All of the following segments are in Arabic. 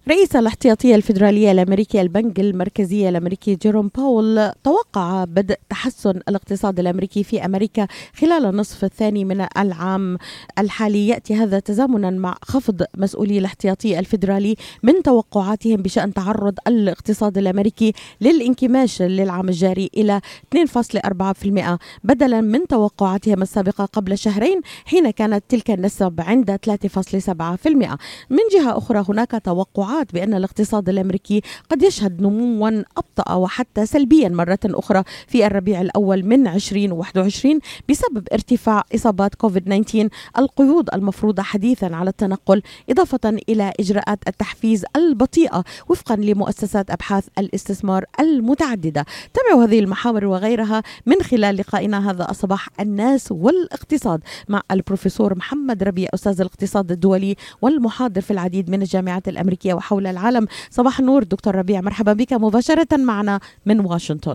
رئيس الاحتياطية الفيدرالية الأمريكية البنك المركزي الأمريكي جيروم باول توقع بدء تحسن الاقتصاد الأمريكي في أمريكا خلال النصف الثاني من العام الحالي. يأتي هذا تزامنا مع خفض مسؤولي الاحتياطي الفيدرالي من توقعاتهم بشأن تعرض الاقتصاد الأمريكي للانكماش للعام الجاري إلى 2.4% بدلا من توقعاتهم السابقة قبل شهرين حين كانت تلك النسب عند 3.7%. من جهة أخرى هناك توقعات بأن الاقتصاد الأمريكي قد يشهد نموا أبطأ وحتى سلبيا مرة أخرى في الربيع الأول من 2021 بسبب ارتفاع إصابات كوفيد-19، القيود المفروضة حديثا على التنقل، إضافة إلى إجراءات التحفيز البطيئة وفقا لمؤسسات أبحاث الاستثمار المتعددة. تابعوا هذه المحاور وغيرها من خلال لقائنا هذا الصباح الناس والاقتصاد مع البروفيسور محمد ربيع أستاذ الاقتصاد الدولي والمحاضر في العديد من الجامعات الأمريكية وحول العالم. صباح النور دكتور ربيع، مرحبا بك مباشرة معنا من واشنطن.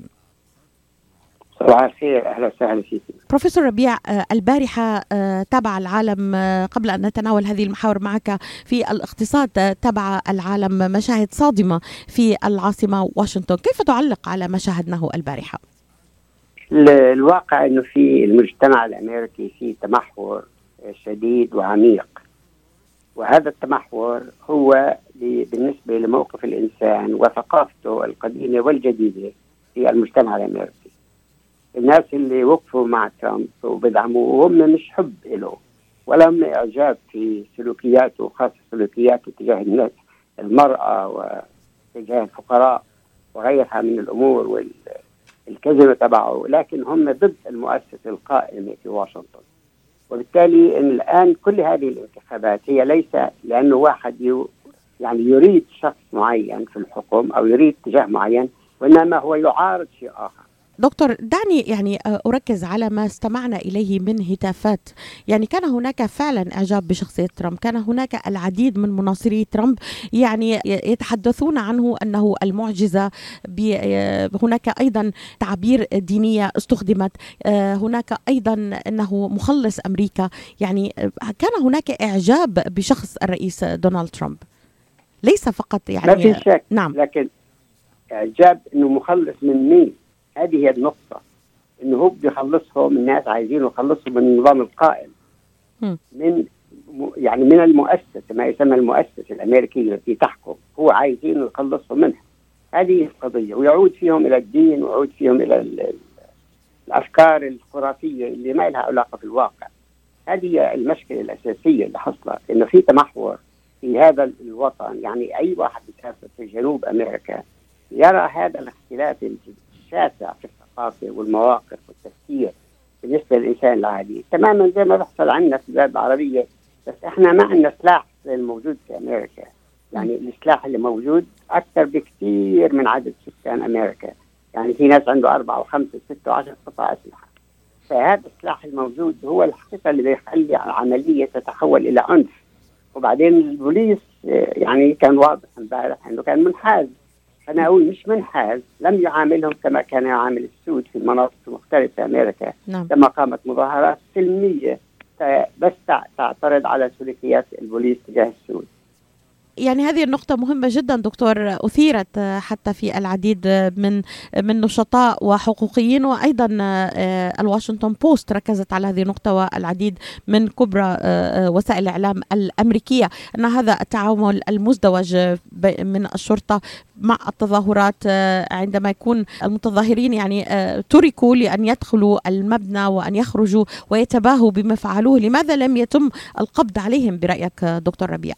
صباح الخير، أهلا وسهلا فيك. بروفيسور ربيع، البارحة تابع العالم، قبل أن نتناول هذه المحاور معك في الاقتصاد، تابع العالم مشاهد صادمة في العاصمة واشنطن. كيف تعلق على ما شاهدناه البارحة؟ الواقع أنه في المجتمع الأمريكي في تمحور شديد وعميق، وهذا التمحور هو بالنسبة لموقف الإنسان وثقافته القديمة والجديدة في المجتمع الأمريكي. الناس اللي وقفوا مع ترامب وبدعموه وهم مش حب له ولا هم إعجاب في سلوكياته، خاصة سلوكياته تجاه الناس، المرأة وتجاه الفقراء وغيرها من الأمور والكذبة تبعه، لكن هم ضد المؤسسة القائمة في واشنطن. وبالتالي إن الآن كل هذه الانتخابات هي ليس لأنه واحد يعني يريد شخص معين في الحكم أو يريد اتجاه معين، وإنما هو يعارض شيء آخر. دكتور، دعني أركز على ما استمعنا إليه من هتافات. يعني كان هناك فعلا إعجاب بشخصية ترامب، كان هناك العديد من مناصري ترامب يعني يتحدثون عنه أنه المعجزة. هناك أيضا تعبير دينية استخدمت، هناك أيضا أنه مخلص أمريكا. يعني كان هناك إعجاب بشخص الرئيس دونالد ترامب، ليس فقط يعني ما في شك. نعم، لكن إعجاب أنه مخلص من مين؟ هذه هي النقطة، إنه هو بيخلصهم، الناس عايزينه يخلصهم من النظام القائم، من المؤسسة، ما يسمى المؤسسة الأمريكية التي تحكم، هو عايزينه يخلصهم منها. هذه القضية، ويعود فيهم إلى الدين ويعود فيهم إلى الأفكار الخرافية اللي ما لها علاقة في الواقع. هذه المشكلة الأساسية اللي حصلت، إنه في تمحور في هذا الوطن. يعني أي واحد يسافر في جنوب أمريكا يرى هذا الاختلاف الشاسع في الثقافة والمواقف والتفكير بالنسبة للإنسان العادي، تماما زي ما بيحصل عندنا في البلاد العربية. بس إحنا ما عندنا سلاح الموجود في أمريكا. يعني السلاح اللي موجود أكثر بكثير من عدد سكان أمريكا. يعني في ناس عنده 4 و5 و6 و10 قطع أسلحة. فهذا السلاح الموجود هو الحقيقة اللي بيخلي العملية تتحول إلى عنف. وبعدين البوليس يعني كان واضح امبارح أنه كان منحاز. أنا أقول مش منحاز، لم يعاملهم كما كان يعامل السود في المناطق المختلفة في أمريكا. نعم. لما قامت مظاهرات سلمية بس تعترض على سلوكيات البوليس تجاه السود. يعني هذه النقطة مهمة جدا دكتور، أثيرت حتى في العديد من نشطاء وحقوقيين، وأيضا الواشنطن بوست ركزت على هذه النقطة، والعديد من كبرى وسائل الإعلام الأمريكية، أن هذا التعامل المزدوج من الشرطة مع التظاهرات عندما يكون المتظاهرين يعني تركوا لأن يدخلوا المبنى وأن يخرجوا ويتباهوا بما فعلوه، لماذا لم يتم القبض عليهم برأيك دكتور ربيع؟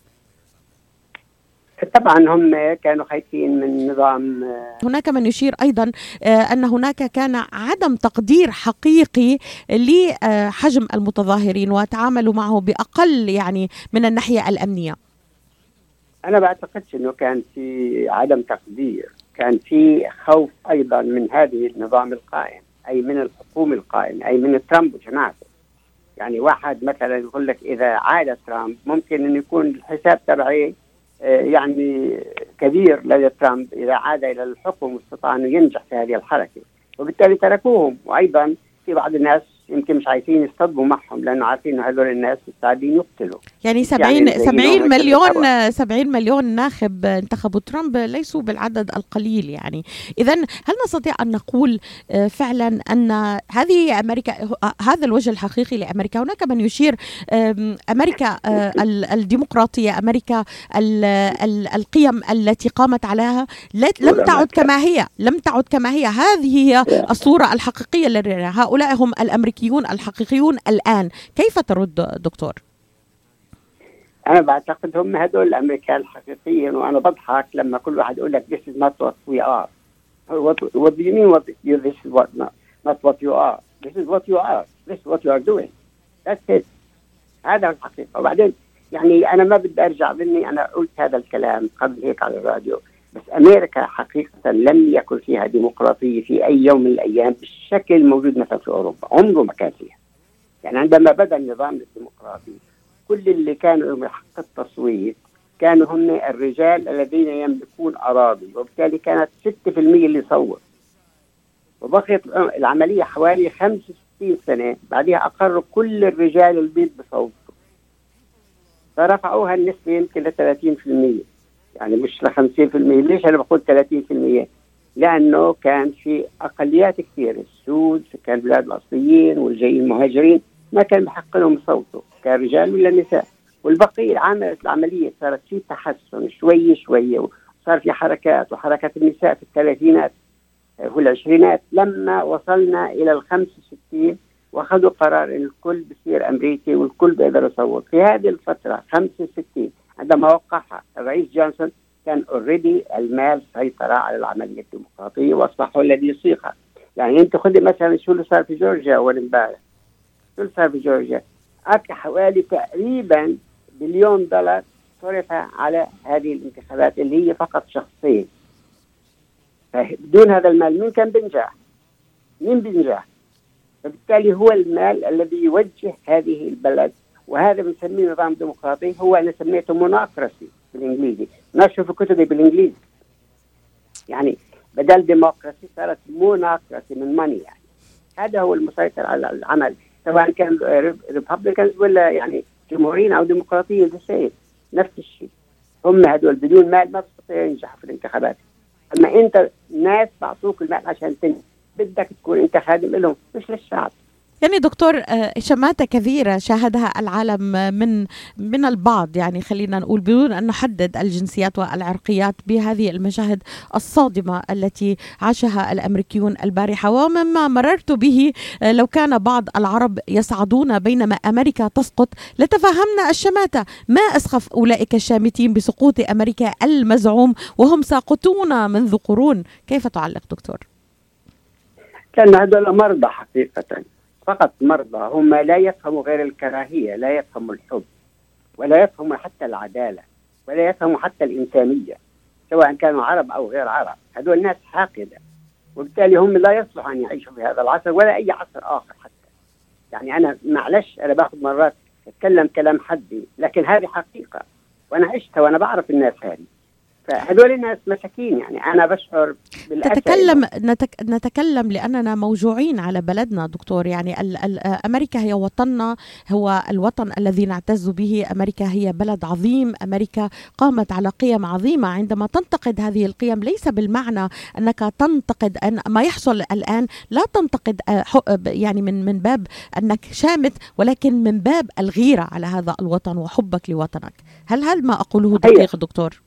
طبعا هم كانوا خايفين من نظام. هناك من يشير أيضا أن هناك كان عدم تقدير حقيقي لحجم المتظاهرين وتعاملوا معه بأقل يعني من الناحية الأمنية. أنا بعتقدش أنه كان في عدم تقدير، كان في خوف أيضا من هذه النظام القائم، أي من الحكومة القائمة، أي من ترامب وجماعته. يعني واحد مثلا يقول لك إذا عاد ترامب ممكن أن يكون الحساب تبعي يعني كبير لدى ترامب إذا عاد إلى الحكم واستطاع أن ينجح في هذه الحركة، وبالتالي تركوهم. وأيضا في بعض الناس يمكن مش عايزين يصطدموا معهم لأنه عارفين هذول الناس مستعدين يقتلوا. يعني 70 مليون ناخب انتخبوا ترامب ليسوا بالعدد القليل يعني. إذن هل نستطيع أن نقول فعلا أن هذه أمريكا، هذا الوجه الحقيقي لأمريكا؟ هناك من يشير أمريكا الديمقراطية، أمريكا القيم التي قامت عليها لم تعد كما هي. هذه هي الصورة الحقيقية هؤلاء هم الأمريكيون الحقيقيون الآن. كيف ترد دكتور؟ أنا بعتقد هم هدول الأمريكان الحقيقيين، وأنا بضحك لما كل واحد يقول لك this is not what we are. What do you mean this is not what you are? This is what you are. This is what you are doing. That's it. هذا الحقيقة. وبعدين يعني أنا ما بدي أرجع مني، أنا قلت هذا الكلام قبل هيك على الراديو، بس أمريكا حقيقة لم يكن فيها ديمقراطية في أي يوم من الأيام بالشكل الموجود مثلا في أوروبا، عمره ما كان فيها. يعني عندما بدأ النظام الديمقراطي كل اللي كانوا لهم حق التصويت كانوا هم الرجال الذين يملكون أراضي، وبالتالي كانت 6% اللي صوت، وبقيت العملية حوالي 65 سنة بعدها أقروا كل الرجال البيض بصوتوا، فرفعوها النسبة يمكن ل 30%، يعني مش ل 50%. ليش أنا بقول 30%؟ لأنه كان في أقليات كثير، السود، كان بلاد الأصليين والجايين المهاجرين ما كان بحق لهم يصوتوا، كان رجال ولا نساء، والبقية عملت العملية صارت في تحسن شوي شوي، وصار في حركات النساء في الثلاثينات والعشرينات لما وصلنا إلى 65 وأخذوا قرار إن الكل بصير أمريكي والكل بيقدر يصوت. في هذه الفترة 65 عندما وقعها الرئيس جونسون كان اوريدي المال سيطر على العملية الديمقراطية وأصبح هو الذي يسيقها. يعني أنت خذي مثلا شو اللي صار في جورجيا أول امبارح، شو اللي صار في جورجيا؟ حوالي تقريبا $1 بليون صرف على هذه الانتخابات اللي هي فقط شخصين. بدون هذا المال مين كان بينجح؟ مين بينجح؟ فبالتالي هو المال الذي يوجه هذه البلد، وهذا بنسميه نظام ديمقراطي. هو أنا سميته مونقراسي بالإنجليزي، نشر في كتبي بالإنجليزي، يعني بدل ديمقراطي صارت مونقراسي من ماني. يعني هذا هو المسيطر على العمل، سواء كان ريبابليكانز ولا يعني جمهوريين أو ديمقراطيين، نفس الشيء. هم هدول بدون مال ما بيستطيعوا ينجحوا في الانتخابات. أما أنت ناس بعطوك المال عشان بدك تكون أنت خادم لهم مش للشعب. يعني دكتور، شماتة كثيرة شاهدها العالم من البعض، يعني خلينا نقول بدون أن نحدد الجنسيات والعرقيات، بهذه المشاهد الصادمة التي عاشها الأمريكيون البارحة. ومما مررت به لو كان بعض العرب يصعدون بينما أمريكا تسقط لتفهمنا الشماتة. ما أسخف أولئك الشامتين بسقوط أمريكا المزعوم وهم ساقطون منذ قرون. كيف تعلق دكتور؟ كان هذول مرضى حقيقة، فقط مرضى. هم لا يفهموا غير الكراهية، لا يفهموا الحب، ولا يفهموا حتى العدالة، ولا يفهموا حتى الإنسانية، سواء كانوا عرب أو غير عرب. هذول ناس حاقدة، وبالتالي هم لا يصلحوا أن يعيشوا في هذا العصر ولا أي عصر آخر حتى. يعني أنا معلش أنا باخذ مرات أتكلم كلام حدي، لكن هذه حقيقة وأنا عشتها وأنا بعرف الناس هذه. فهذول الناس مساكين، يعني أنا بشعر نتكلم لأننا موجوعين على بلدنا دكتور. يعني أمريكا هي وطننا، هو الوطن الذي نعتز به. أمريكا هي بلد عظيم، أمريكا قامت على قيم عظيمة. عندما تنتقد هذه القيم ليس بالمعنى أنك تنتقد أن ما يحصل الآن، لا تنتقد يعني من باب أنك شامت، ولكن من باب الغيرة على هذا الوطن وحبك لوطنك. هل ما أقوله دقيق دكتور؟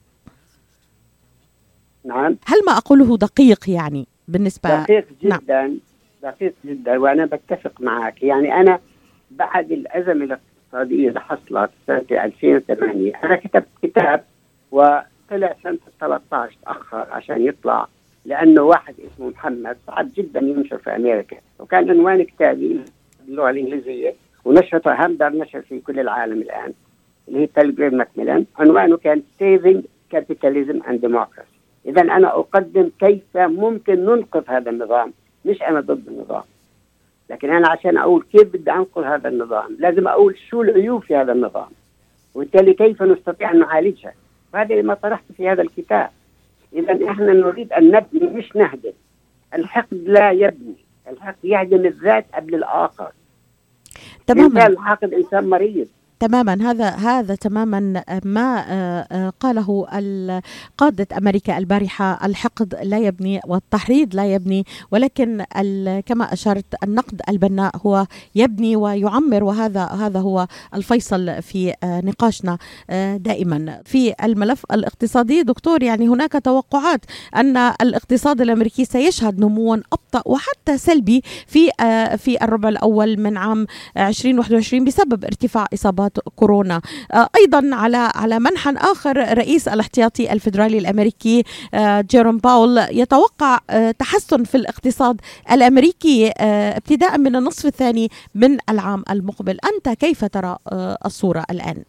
نعم. هل ما أقوله دقيق يعني بالنسبة؟ دقيق جدا. نعم. دقيق جدا، وأنا بتفق معك. يعني أنا بعد الأزمة الاقتصادية اللي حصلت سنة 2008 أنا كتبت كتاب وطلع سنة 13 تأخر عشان يطلع، لأنه واحد اسمه محمد صعب جدا ينشر في أمريكا، وكان عنوان كتابي باللغة الإنجليزية ونشرته همدر نشر في كل العالم الآن، اللي هي تلجريم ماكميلان. عنوانه كان Saving Capitalism and Democracy. إذا أنا أقدم كيف ممكن ننقذ هذا النظام، مش أنا ضد النظام، لكن أنا عشان أقول كيف بدي أنقذ هذا النظام لازم أقول شو العيوب في هذا النظام، وبالتالي كيف نستطيع أن نعالجها. وهذا اللي ما طرحته في هذا الكتاب. إذا إحنا نريد أن نبني مش نهدم. الحقد لا يبني، الحقد يهدم الذات قبل الآخر. تماما. الإنسان الحاقد إنسان مريض. تماما، هذا تماما ما قاله قادة أمريكا البارحة. الحقد لا يبني والتحريض لا يبني، ولكن كما أشرت النقد البناء هو يبني ويعمر، وهذا هو الفيصل في نقاشنا دائما في الملف الاقتصادي. دكتور، يعني هناك توقعات أن الاقتصاد الأمريكي سيشهد نموا أبطأ وحتى سلبي في الربع الأول من عام 2021 بسبب ارتفاع إصابات كورونا. أيضا على منحى آخر، رئيس الاحتياطي الفيدرالي الأمريكي جيروم باول يتوقع تحسن في الاقتصاد الأمريكي ابتداء من النصف الثاني من العام المقبل. أنت كيف ترى الصورة الآن؟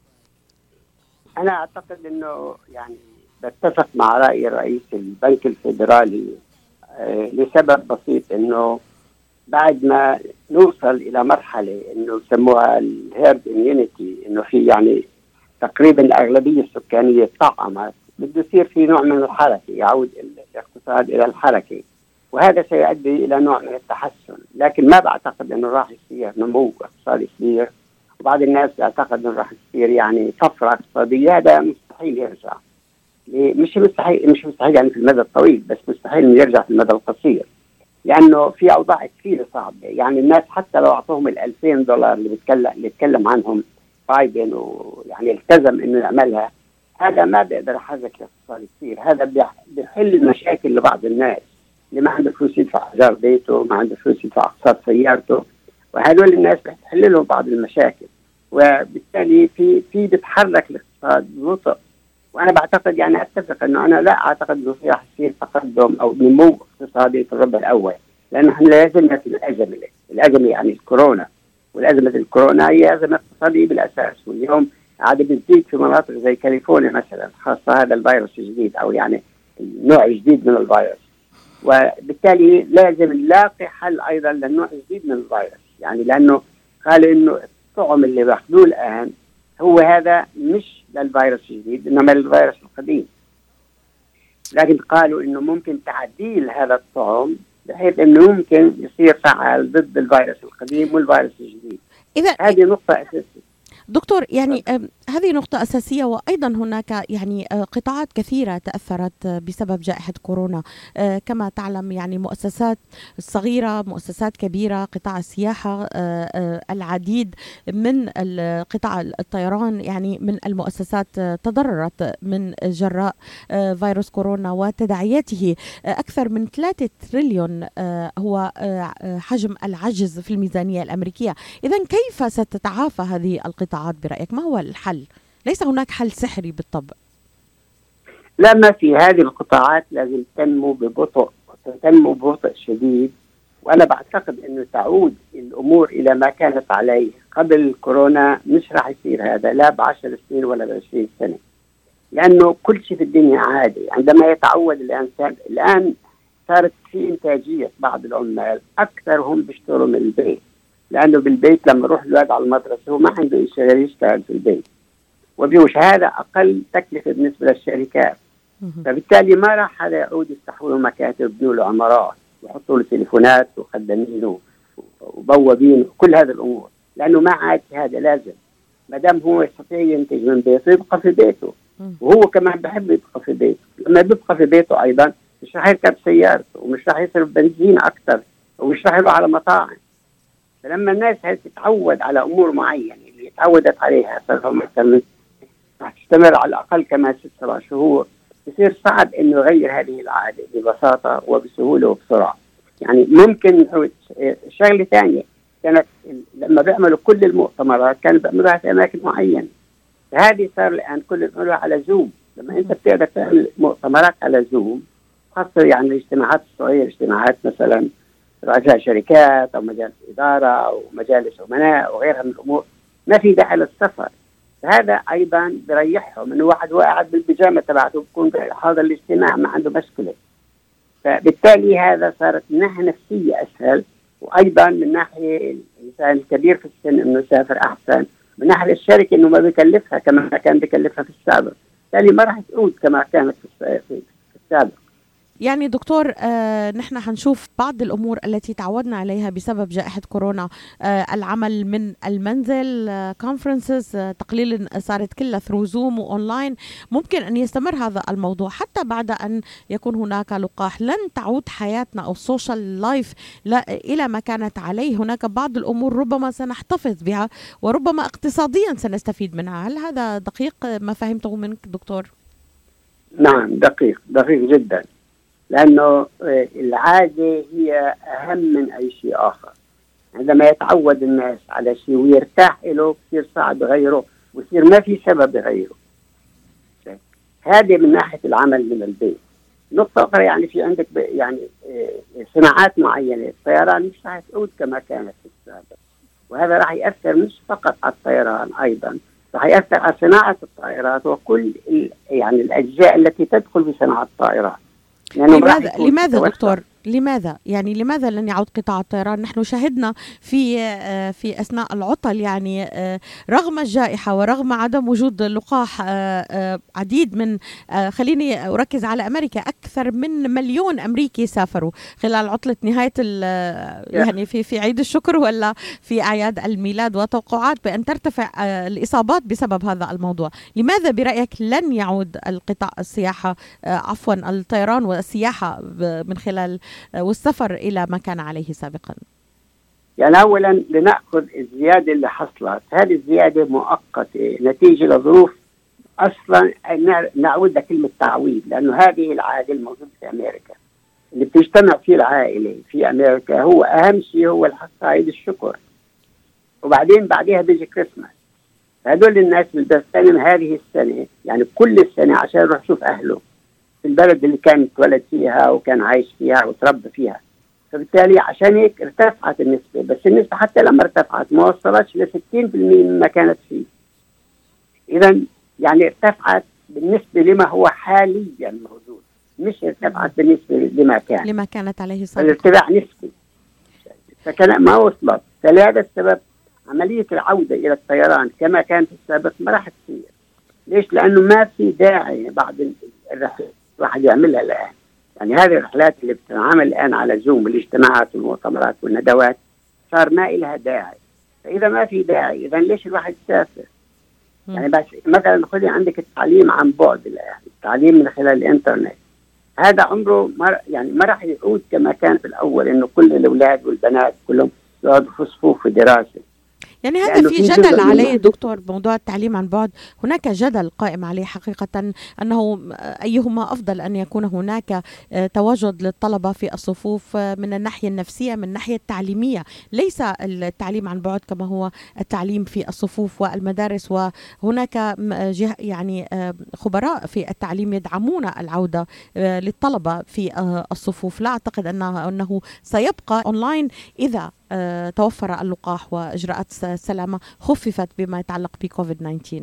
أنا أعتقد أنه يعني بتفق مع رأي رئيس البنك الفيدرالي لسبب بسيط، أنه بعد ما نوصل إلى مرحلة إنه يسموها الهيرد إميونيتي، إنه في يعني تقريبا الأغلبية السكانية طعمت، بده يصير في نوع من الحركة، يعود الاقتصاد إلى الحركة، وهذا سيؤدي إلى نوع من التحسن. لكن ما بعتقد إنه راح يصير نمو اقتصادي كبير، وبعض الناس يعتقد إنه راح يصير يعني طفرة اقتصادية. هذا مستحيل يرجع، مش مستحيل يعني في المدى الطويل، بس مستحيل إنه يرجع في المدى القصير، لأنه في أوضاع كثير صعبة. يعني الناس حتى لو أعطوهم $2000 اللي بيتكلم عنهم بايدن ويعني التزم إنه يعملها، هذا ما بيقدر يحرك الاقتصاد كثير. هذا بيحل المشاكل لبعض الناس اللي ما عنده فلوس يدفع إيجار بيته، ما عنده فلوس يدفع أقساط سيارته، وهذول الناس بتحل لهم بعض المشاكل، وبالتالي في بتحرك الاقتصاد ببطء. وأنا بعتقد يعني أتفق أنه أنا لا أعتقد أنه راح يصير تقدم أو نمو اقتصادي في الربع الأول، لأنه إحنا لازلنا في الأزمة يعني الكورونا، والأزمة الكورونا هي أزمة اقتصادية بالأساس، واليوم عاد بتزيد في مناطق زي كاليفورنيا مثلا، خاصة هذا الفيروس الجديد أو يعني نوع جديد من الفيروس، وبالتالي لازم نلاقي حل أيضا للنوع الجديد من الفيروس. يعني لأنه قالوا إنه الطعم اللي باخذوه الآن هو هذا مش للفيروس الجديد إنما للفيروس القديم، لكن قالوا إنه ممكن تعديل هذا الطعم بحيث إنه ممكن يصير فعال ضد الفيروس القديم والفيروس الجديد. هذه نقطة أساسية دكتور، يعني هذه نقطة أساسية. وأيضا هناك يعني قطاعات كثيرة تأثرت بسبب جائحة كورونا كما تعلم، يعني مؤسسات صغيرة، مؤسسات كبيرة، قطاع السياحة، العديد من قطاع الطيران، يعني من المؤسسات تضررت من جراء فيروس كورونا وتداعياته. أكثر من 3 تريليون هو حجم العجز في الميزانية الأمريكية. إذن كيف ستتعافى هذه القطاعات برأيك؟ ما هو الحل؟ ليس هناك حل سحري بالطبع. لما في هذه القطاعات لازم تنمو ببطء شديد، وأنا بعتقد أنه تعود الأمور إلى ما كانت عليه قبل الكورونا. مش راح يصير هذا لا ب10 سنين ولا ب20 سنة، لأنه كل شيء في الدنيا عادي عندما يتعود الإنسان. الآن صارت في إنتاجية، بعض العمال أكثرهم بيشتغلوا من البيت، لأنه بالبيت لما يروح الولاد على المدرسة هو ما عنده يشتغل في البيت، وبيوش هذا أقل تكلفة بالنسبة للشركات. فبالتالي ما راح هذا يعود يفتحوا له مكاتب، يبنوا له عمارات ويحطوا له تليفونات وخدامين وبوابين وكل هذه الأمور، لأنه ما عاد هذا. لازم ما دام هو يستطيع ينتج من بيته يبقى في بيته، وهو كمان بحب يبقى في بيته. لما بيبقى في بيته أيضا مش راح يركب سيارته، ومش راح يصرف بنزين أكثر، ومش راح يروح على مطاعم. فلما الناس تتعود على أمور معينة اللي تعودت عليها مثلا راح تستمر على الأقل كمان 6-7 شهور، يصير صعب إنه يغير هذه العادة ببساطة وبسهولة وبسرعة. يعني ممكن شغلة ثانية، كانت لما بيعملوا كل المؤتمرات كانوا بيعملوها في أماكن معينة، فهذه صار الآن كل بيعملوها على زوم. لما أنت بتقدر تعمل مؤتمرات على زوم، خاصة يعني الاجتماعات الصغيرة، اجتماعات مثلا رؤساء شركات أو مجالس إدارة أو مجالس أمناء وغيرها من الأمور، ما في داعي للسفر. فهذا أيضا بريحهم إنه واحد هو قاعد بالبيجامة تبعته بكون حاضر الاجتماع، ما عنده مشكلة. فبالتالي هذا صارت من ناحية نفسية أسهل، وأيضا من ناحية الإنسان الكبير في السن إنه يسافر أحسن، من ناحية الشركة إنه ما بيكلفها كما كان بيكلفها في السابق، بالتالي ما راح تعود كما كانت في السابق. يعني دكتور، نحن حنشوف بعض الأمور التي تعودنا عليها بسبب جائحة كورونا، العمل من المنزل، كونفرنسز، تقليل صارت كلها ثرو زوم وأونلاين. ممكن أن يستمر هذا الموضوع حتى بعد أن يكون هناك لقاح. لن تعود حياتنا أو السوشيال لايف إلى ما كانت عليه. هناك بعض الأمور ربما سنحتفظ بها وربما اقتصاديا سنستفيد منها. هل هذا دقيق ما فهمته منك دكتور؟ نعم، دقيق جدا، لأنه العادة هي أهم من أي شيء آخر. عندما يتعود الناس على شيء ويرتاح له كثير صعب يغيره، ويصير ما في سبب يغيره. هذه من ناحية العمل من البيت. نقطة أخرى، يعني في عندك يعني صناعات معينة، الطيران مش راح تعود كما كانت في السابق، وهذا راح يأثر مش فقط على الطيران، أيضا راح يأثر على صناعة الطائرات وكل يعني الأجزاء التي تدخل في صناعة الطائرات. لماذا دكتور؟ لماذا لن يعود قطاع الطيران؟ نحن شهدنا في أثناء العطل، يعني رغم الجائحة ورغم عدم وجود لقاح، عديد من خليني أركز على أمريكا، أكثر من 1,000,000 أمريكي سافروا خلال عطلة نهاية يعني في عيد الشكر ولا في أعياد الميلاد، وتوقعات بأن ترتفع الإصابات بسبب هذا الموضوع. لماذا برأيك لن يعود القطاع السياحة، عفوا الطيران والسياحة من خلال والسفر إلى ما كان عليه سابقا؟ يعني أولا لنأخذ الزيادة اللي حصلت، هذه الزيادة مؤقتة نتيجة لظروف. أصلا نعود لكلمة تعويض، لأنه هذه العادة الموجودة في أمريكا اللي بتجتمع فيه العائلة في أمريكا. هو أهم شيء هو الحصة عيد الشكر، وبعدين بعدها بيجي كريسماس. هدول الناس اللي بيغتنم هذه السنة، يعني كل السنة عشان يروح يشوف أهله في البلد اللي كان اتولد فيها وكان عايش فيها وتربى فيها. فبالتالي عشان هيك ارتفعت النسبة، بس النسبة حتى لما ارتفعت ما وصلتش ل 60% مما كانت فيه. إذا يعني ارتفعت بالنسبة لما هو حاليا موجود، مش ارتفعت بالنسبة لما كانت عليه سابقا. الارتفاع نسبي، فكان ما وصلت. فلهذا السبب عملية العودة إلى الطيران كما كان في السابق ما راح تصير. ليش؟ لأنه ما في داعي بعض الرحلات الواحد يعملها الآن. يعني هذه الرحلات اللي بتنعمل الآن على زوم، الاجتماعات والمؤتمرات والندوات، صار ما إلها داعي. فإذا ما في داعي، إذا ليش الواحد يسافر؟ يعني بس مثلا خذي عندك التعليم عن بعد الآن، التعليم من خلال الإنترنت، هذا عمره ما راح يعود كما كان في الأول، إنه كل الأولاد والبنات كلهم يقعدوا في صفوف في دراسة. يعني هذا في جدل عليه دكتور، موضوع التعليم عن بعد. هناك جدل قائم عليه حقيقة، أنه أيهما أفضل، أن يكون هناك تواجد للطلبة في الصفوف من الناحية النفسية، من الناحية التعليمية، ليس التعليم عن بعد كما هو التعليم في الصفوف والمدارس. وهناك يعني خبراء في التعليم يدعمون العودة للطلبة في الصفوف. لا أعتقد أنه سيبقى أونلاين إذا توفر اللقاح وإجراءات السلامة خففت بما يتعلق بكوفيد 19.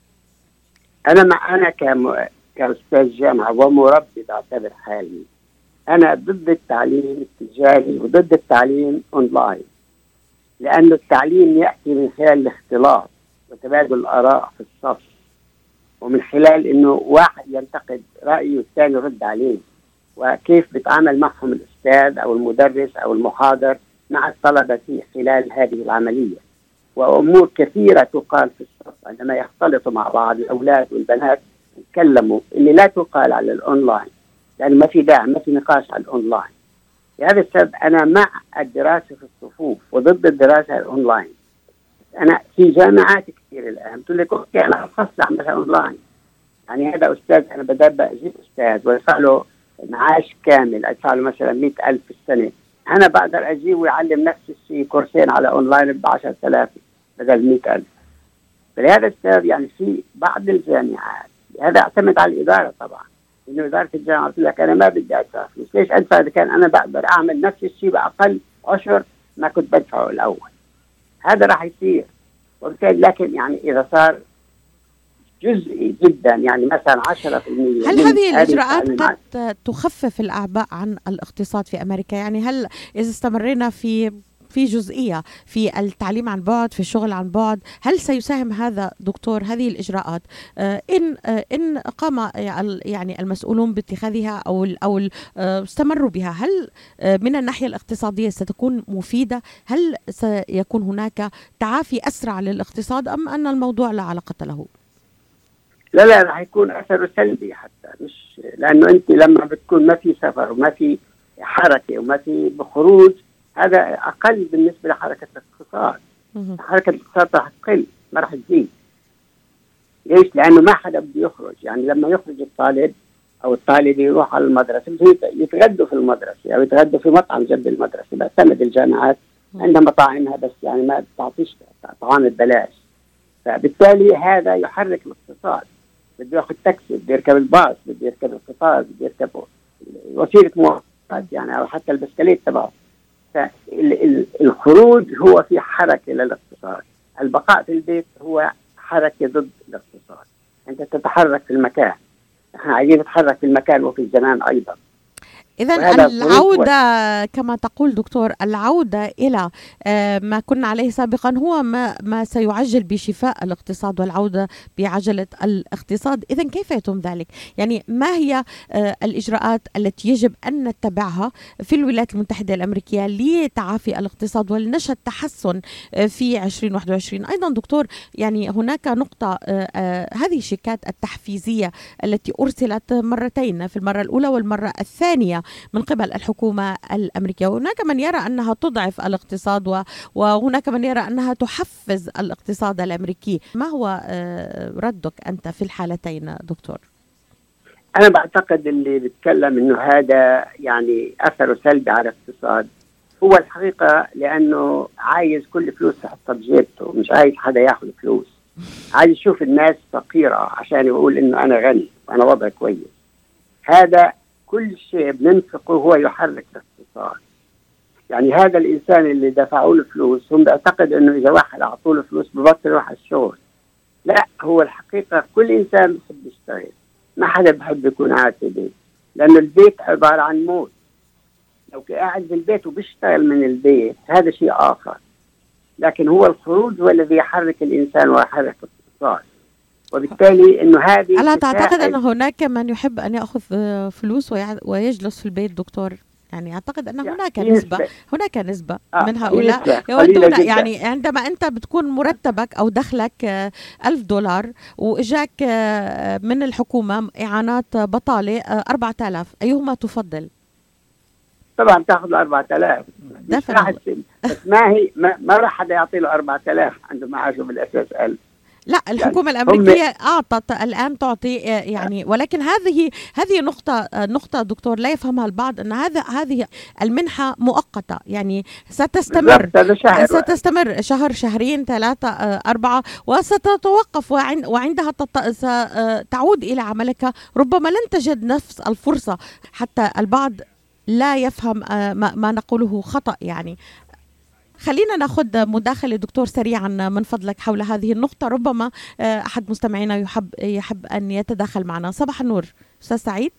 أنا كأستاذ جامعة ومربي بعتبر حالي أنا ضد التعليم التجاري وضد التعليم أونلاين، لأن التعليم يأتي من خلال الاختلاط وتبادل الآراء في الصف، ومن خلال إنه واحد ينتقد رأيه والثاني يرد عليه، وكيف بيتعامل معهم الأستاذ أو المدرس أو المحاضر مع الطلبة في خلال هذه العملية. وأمور كثيرة تقال في الصف عندما يختلطوا مع بعض الأولاد والبنات يتكلموا، اللي لا تقال على الأونلاين، لأن ما في داعي، ما في نقاش على الأونلاين. لهذا السبب أنا مع الدراسة في الصفوف وضد الدراسة الأونلاين. أنا في جامعات كثير الآن تقول لك أوكي أنا أخصص مثلا أونلاين، يعني هذا أستاذ أنا بدأ أجيب أستاذ ويدفع له معاش كامل، أدفع له مثلا 100,000 في السنة، أنا بقدر أجيب ويعلم نفس الشيء كورسين على أونلاين ب10,000 بدل 100,000. فلهذا السبب يعني في بعض الجامعات، هذا اعتمد على الإدارة طبعا، إنه إدارة الجامعة تقول لك أنا ما بدي أدفع فلوس، ليش أدفع إذا كان أنا بقدر أعمل نفس الشيء بأقل عشر ما كنت بدفعه الأول. هذا راح يصير، وبالتالي لكن يعني إذا صار جزئي جدا، يعني مثلا 10%. هل هذه الإجراءات قد تخفف الأعباء عن الاقتصاد في أمريكا؟ يعني هل إذا استمرينا في في جزئية في التعليم عن بعد، في الشغل عن بعد. هل سيساهم هذا دكتور هذه الإجراءات إن قام يعني المسؤولون باتخاذها أو استمروا بها، هل من الناحية الاقتصادية ستكون مفيدة؟ هل سيكون هناك تعافي أسرع للاقتصاد أم أن الموضوع لا علاقة له؟ لا راح يكون أثره سلبي حتى، مش لأنه أنت لما بتكون ما في سفر وما في حركة وما في خروج، هذا أقل بالنسبة لحركة الاقتصاد. حركة الاقتصاد راح تقل ما راح تزيد. ليش؟ لأنه ما حدا بده يخرج. يعني لما يخرج الطالب أو الطالب يروح على المدرسة يتغدوا في المدرسة أو يتغدوا في مطعم جنب المدرسة. بعتمد الجامعات عندها مطاعمها بس يعني ما تعطيش طعام ببلاش، فبالتالي هذا يحرك الاقتصاد. بده ياخذ تاكسي، بده يركب الباص، بده يركب القطار، بده يركب وسيله مواصلات يعني او حتى البسكليت تبعه. فالخروج هو في حركه للاقتصاد، البقاء في البيت هو حركه ضد الاقتصاد. انت تتحرك في المكان، احنا عايزين نتحرك في المكان وفي الزمان ايضا. إذن العودة كما تقول دكتور، العودة إلى ما كنا عليه سابقا هو ما سيعجل بشفاء الاقتصاد والعودة بعجلة الاقتصاد. إذن كيف يتم ذلك؟ يعني ما هي الإجراءات التي يجب أن نتبعها في الولايات المتحدة الأمريكية لتعافي الاقتصاد ولنشهد تحسن في 2021؟ أيضا دكتور، يعني هناك نقطة، هذه الشيكات التحفيزية التي أرسلت مرتين، في المرة الأولى والمرة الثانية من قبل الحكومة الأمريكية. هناك من يرى أنها تضعف الاقتصاد وهناك من يرى أنها تحفز الاقتصاد الأمريكي. ما هو ردك أنت في الحالتين دكتور؟ أنا بعتقد اللي بيتكلم أنه هذا يعني أثره سلبي على الاقتصاد هو الحقيقة لأنه عايز كل فلوس تحطها بجيبته، مش عايز حدا ياخذ فلوس. عايز يشوف الناس فقيرة عشان يقول أنه أنا غني وأنا وضعي كويس. هذا كل شيء بننفقه هو يحرك الاقتصاد. يعني هذا الإنسان اللي دفعوا له فلوس هم بيعتقد أنه إذا واحد أعطوا له فلوس ببطل يروح على الشغل. لا، هو الحقيقة كل إنسان بحب يشتغل، ما حدا بحب يكون قاعد في البيت، لأنه البيت عبارة عن موت. لو قاعد في البيت وبيشتغل من البيت هذا شيء آخر، لكن هو الخروج هو الذي يحرك الإنسان ويحرك الاقتصاد. وبالتالي انه هذه ألا تعتقد ان هناك من يحب ان ياخذ فلوس ويجلس في البيت دكتور؟ يعني اعتقد ان هناك نسبة من هؤلاء يودون، يعني عندما انت بتكون مرتبك او دخلك $1000 واجاك من الحكومة اعانات بطالة 4000، ايهما تفضل؟ طبعا تاخذ 4000. بس ما راح حدا يعطي له 4000 عنده معاشه بالاساس 1000. لا، الحكومة الأمريكية أعطت الآن تعطي يعني، ولكن هذه نقطة دكتور لا يفهمها البعض، أن هذه المنحة مؤقتة، يعني ستستمر شهر شهرين 3 4 وستتوقف، وعندها ستعود إلى عملك. ربما لن تجد نفس الفرصة. حتى البعض لا يفهم ما نقوله خطأ. يعني خلينا ناخذ مداخلة دكتور سريعا من فضلك حول هذه النقطة. ربما أحد مستمعينا يحب أن يتداخل معنا. صباح النور أستاذ سعيد.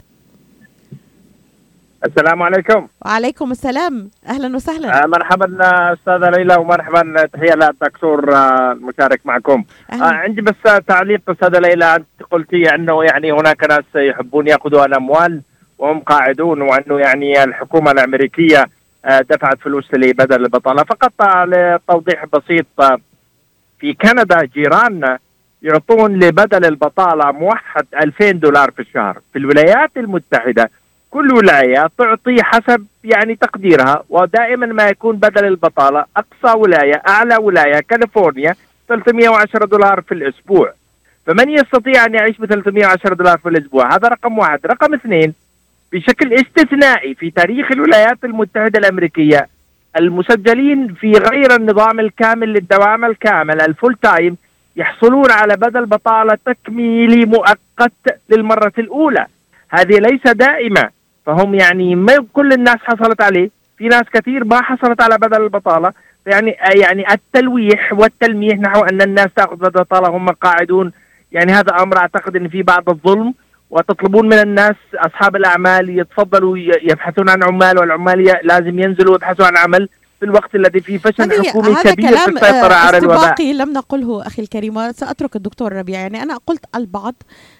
السلام عليكم. وعليكم السلام، أهلا وسهلا. مرحبا أستاذة ليلى، ومرحبا تحية للدكتور المشارك معكم. عندي بس تعليق أستاذة ليلى، أنت قلتي أنه يعني هناك ناس يحبون يأخذوا الأموال وهم قاعدون، وأنه يعني الحكومة الأمريكية دفعت فلوس لبدل البطالة. فقط لتوضيح بسيط، في كندا جيراننا يعطون لبدل البطالة موحد $2000 في الشهر. في الولايات المتحدة كل ولاية تعطي حسب يعني تقديرها، ودائما ما يكون بدل البطالة أقصى ولاية أعلى ولاية كاليفورنيا $310 في الأسبوع. فمن يستطيع أن يعيش $310 في الأسبوع؟ هذا رقم واحد. رقم اثنين، بشكل استثنائي في تاريخ الولايات المتحدة الأمريكية المسجلين في غير النظام الكامل للدوام الكامل الفول تايم يحصلون على بدل بطالة تكميلي مؤقت للمرة الأولى. هذه ليس دائمة، فهم يعني ما كل الناس حصلت عليه، في ناس كثير ما حصلت على بدل البطالة. يعني التلويح والتلميح نحو أن الناس تأخذ بدل البطالة هم قاعدون، يعني هذا أمر أعتقد أن في بعض الظلم. وتطلبون من الناس أصحاب الأعمال يتفضلوا يبحثون عن عمال، والعمال لازم ينزلوا ويبحثوا عن عمل. في الوقت الذي فيه فشل حكومي هذا كبير كلام في السيطرة على الوباء. استباقي لم نقله أخي الكريم، وسأترك الدكتور ربيع. يعني أنا قلت البعض،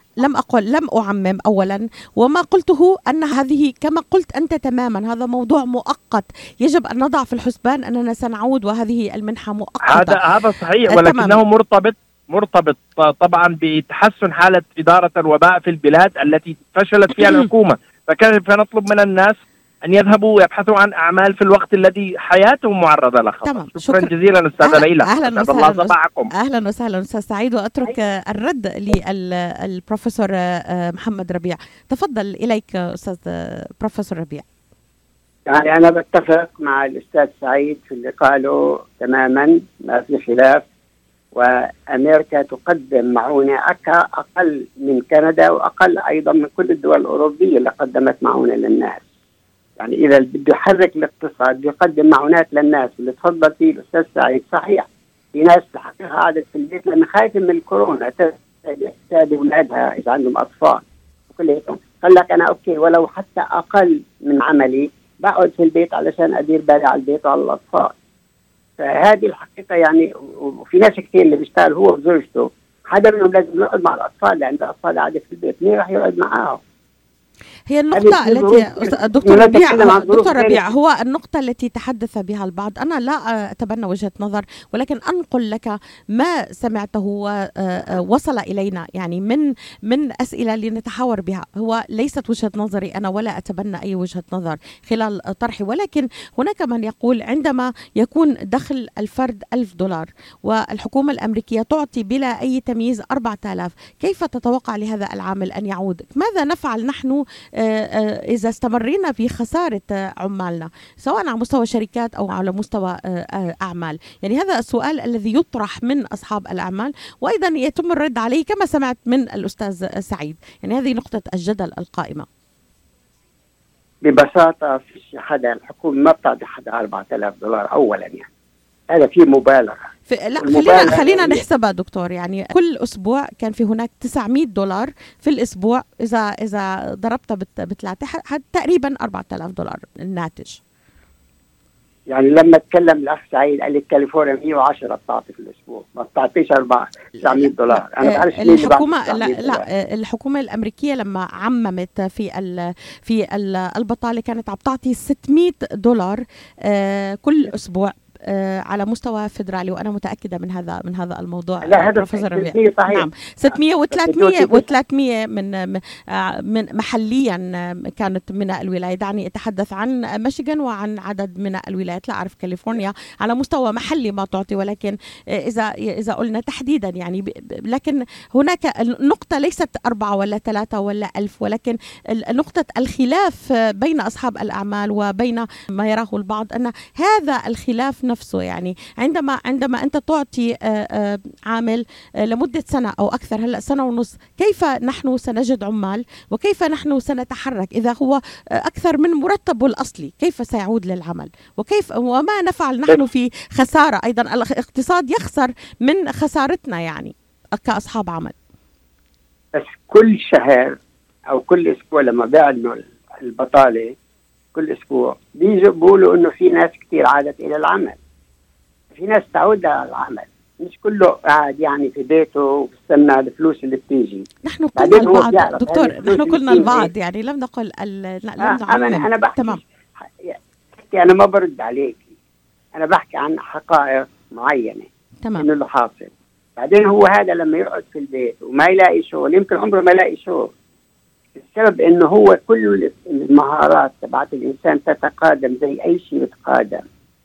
لم أعمم أولا، وما قلته أن هذه كما قلت أنت تماما هذا موضوع مؤقت، يجب أن نضع في الحسبان أننا سنعود وهذه المنحة مؤقتة. هذا صحيح، ولكنه مرتبط طبعا بتحسن حالة إدارة الوباء في البلاد التي فشلت فيها الحكومة. فكيف نطلب من الناس أن يذهبوا ويبحثوا عن أعمال في الوقت الذي حياتهم معرضة لخطر؟ شكرا جزيلا أستاذة ليلى. أهلا وسهلا أستاذ سعيد، وأترك الرد للبروفيسور محمد ربيع. تفضل إليك أستاذ بروفيسور ربيع. يعني أنا بتفق مع الأستاذ سعيد في اللي قاله تماما، ما في خلاف. وأمريكا تقدم معونة أقل من كندا وأقل أيضا من كل الدول الأوروبية اللي قدمت معونة للناس. يعني إذا بده يحرك الاقتصاد يقدم معونات للناس. اللي تفضل فيه الأستاذ سعيد صحيح، في ناس الحقيقة قعدت في البيت لأن خايفة من الكورونا، تستاذي أولادها إذا عندهم أطفال وكلهم. قال لك أنا أوكي ولو حتى أقل من عملي بقعد في البيت علشان أدير بالي على البيت وعلى الأطفال. فهذه الحقيقة يعني. وفي ناس كثير اللي بيشتغل هو وزوجته، حدا منهم لازم يقعد مع الأطفال لأن الأطفال قاعدة في البيت، مين راح يقعد معاهم؟ هي النقطة التي دكتور ربيع هو النقطة التي تحدث بها البعض. أنا لا أتبنى وجهة نظر، ولكن أنقل لك ما سمعته ووصل إلينا يعني من أسئلة لنتحاور بها. هو ليست وجهة نظري أنا، ولا أتبنى أي وجهة نظر خلال طرحي، ولكن هناك من يقول عندما يكون دخل الفرد $1000 والحكومة الأمريكية تعطي بلا أي تمييز 4000، كيف تتوقع لهذا العامل أن يعود؟ ماذا نفعل نحن إذا استمرينا في خسارة عمالنا سواء على مستوى شركات أو على مستوى أعمال؟ يعني هذا السؤال الذي يطرح من أصحاب الأعمال، وأيضا يتم الرد عليه كما سمعت من الأستاذ سعيد. يعني هذه نقطة الجدل القائمة. ببساطة فيش حدا، الحكومة ما بتعطي حدا $4000 أولا، يعني هذا فيه مبالغة. لا خلينا نحسبها دكتور. يعني كل أسبوع كان في هناك $900 في الأسبوع، إذا ضربتها بثلاثة تقريبا $4000 الناتج. يعني لما تكلم الأخ سعيد قال لك كاليفورنيا 110 بتعطي في الأسبوع، ما بتعطيش $900. أنا بعرف الحكومة لا الحكومة الأمريكية لما عممت في البطالة كانت عم تعطي $600 كل أسبوع على مستوى فيدرالي، وانا متاكده من هذا الموضوع. لا هذا صحيح. نعم 600 و300 من محليا كانت من الولايات. دعني اتحدث عن ميشيغان وعن عدد من الولايات، لا اعرف كاليفورنيا على مستوى محلي ما تعطي، ولكن اذا قلنا تحديدا يعني لكن هناك النقطه ليست 4 ولا 3 ولا 1000، ولكن نقطه الخلاف بين اصحاب الاعمال وبين ما يراه البعض ان هذا الخلاف نفسه. يعني عندما أنت تعطي عامل لمدة سنة أو أكثر، هلأ سنة ونص، كيف نحن سنجد عمال وكيف نحن سنتحرك إذا هو أكثر من مرتبه الأصلي؟ كيف سيعود للعمل وما نفعل نحن في خسارة؟ أيضا الاقتصاد يخسر من خسارتنا يعني كأصحاب عمل. بس كل شهر أو كل أسبوع لما بيعلنوا البطالة كل أسبوع بيجوا بيقولوا إنه في ناس كتير عادت إلى العمل، في ناس تعود على العمل، مش كله قاعد يعني في بيته وبستنى الفلوس اللي بتيجي. نحن قلنا البعض دكتور، نحن قلنا البعض، يعني لم نقل أنا بحكي تمام. أنا ما برد عليك، أنا بحكي عن حقائق معينة تمام إنه اللي حاصل. بعدين هو هذا لما يقعد في البيت وما يلاقي شغل، يمكن عمره ما يلاقي شغل، السبب انه هو كل المهارات تبعت الانسان تتقادم زي اي شيء يتقادم،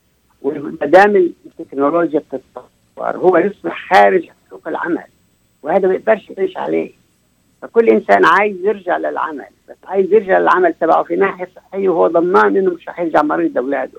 وما دام التكنولوجيا بتتطور هو يصبح خارج سوق العمل، وهذا ما يقدرش يعيش عليه. فكل انسان عايز يرجع للعمل، بس عايز يرجع للعمل تبعه في ناحيه صحيه وهو ضمان انه مش رح يرجع مريض لاولاده.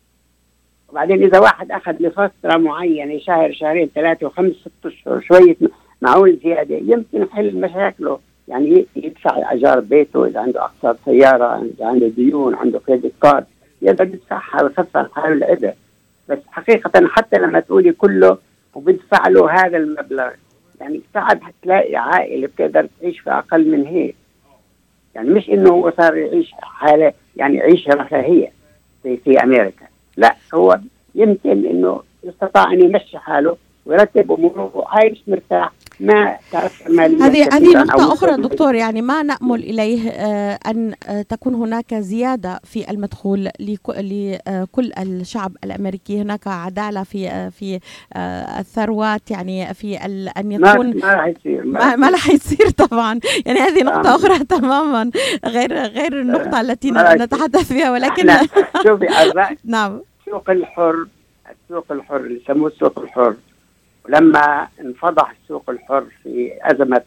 وبعدين اذا واحد اخذ لفتره معينه شهر شهرين 3 و5 6 اشهر شويه معون زياده يمكن يحل مشاكله، يعني يدفع ايجار بيته، اذا عنده اقساط سياره، اذا عنده ديون، عنده كريدت كارد يقدر يدفعها ويخفف عن حاله العبء. بس حقيقه حتى لما تقولي كله وبيدفع له هذا المبلغ، يعني صعب تلاقي عائله بتقدر تعيش في اقل من هيك. يعني مش انه هو صار يعيش حاله يعني يعيش رفاهيه في امريكا، لا، هو يمكن انه يستطيع ان يمشي حاله ويرتب اموره وعايش مرتاح، ما تاثر ماليا. هذه نقطة أخرى دكتور، يعني ما نأمل إليه أن تكون هناك زيادة في المدخول لكل الشعب الأمريكي. هناك عدالة في الثروات، يعني في أن يكون ما راح يصير طبعا. يعني هذه نقطة أخرى تماما غير النقطة التي نتحدث فيها، ولكن شوفي الرأي. نعم. السوق الحر اللي يسموه السوق الحر، ولما انفضح السوق الحر في أزمة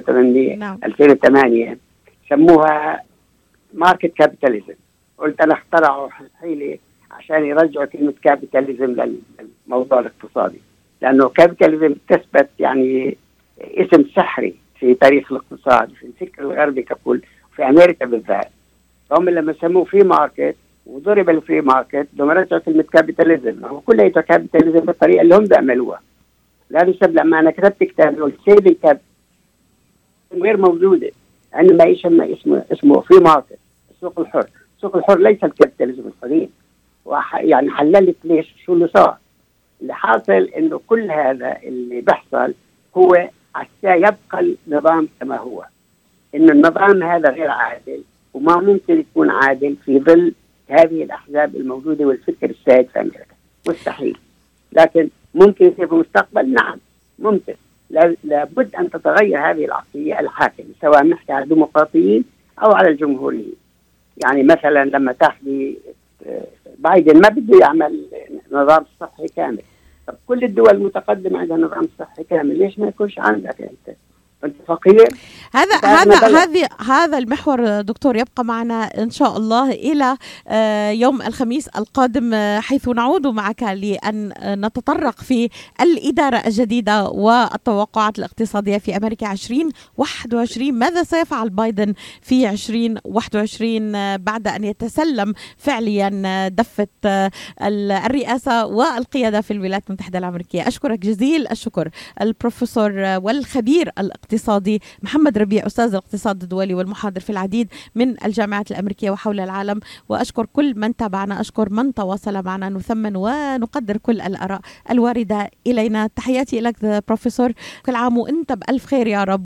2008 سموها ماركت كابيتاليزم. قلت أنا اخترعوا حيلة عشان يرجعوا كلمة كابيتاليزم للموضوع الاقتصادي، لأنه كابيتاليزم تثبت يعني اسم سحري في تاريخ الاقتصاد في الفكر الغربي ككل، في أمريكا بالذات. هم لما سموه فري ماركت وضرب الفري ماركت لما رجعوا كلمة كابيتاليزم، هو كلها كابيتاليزم بالطريقة اللي هم بيعملوها. لهذا السبب لما أنا كتبت كتاب والسيد الكاب غير موجودة، عندما يسمى اسمه فري ماركت، السوق الحر. السوق الحر ليس الكابيتاليزم القديم. يعني حللت ليش شو اللي صار. اللي حاصل إنه كل هذا اللي بيحصل هو حتى يبقى النظام كما هو. إنه النظام هذا غير عادل، وما ممكن يكون عادل في ظل هذه الأحزاب الموجودة والفكر السائد في أمريكا. مستحيل. لكن ممكن في المستقبل، نعم ممكن. لابد أن تتغير هذه العقلية الحاكمة، سواء نحكي على الديمقراطيين أو على الجمهوريين. يعني مثلا لما تاخذي بايدن ما بده يعمل نظام صحي كامل. طب كل الدول المتقدمة عندها نظام صحي كامل، ليش ما يكونش عندك أنت فقير؟ هذا المحور دكتور يبقى معنا إن شاء الله إلى يوم الخميس القادم، حيث نعود معك لأن نتطرق في الإدارة الجديدة والتوقعات الاقتصادية في أمريكا 2021. ماذا سيفعل بايدن في 2021 بعد أن يتسلم فعليا دفة الرئاسة والقيادة في الولايات المتحدة الأمريكية؟ أشكرك جزيل الشكر البروفيسور والخبير الاقتصادي محمد ربيع، أستاذ الاقتصاد الدولي والمحاضر في العديد من الجامعات الأمريكية وحول العالم. وأشكر كل من تابعنا، أشكر من تواصل معنا. نثمن ونقدر كل الآراء الواردة إلينا. تحياتي لك بروفيسور، كل عام وأنت بألف خير يا رب.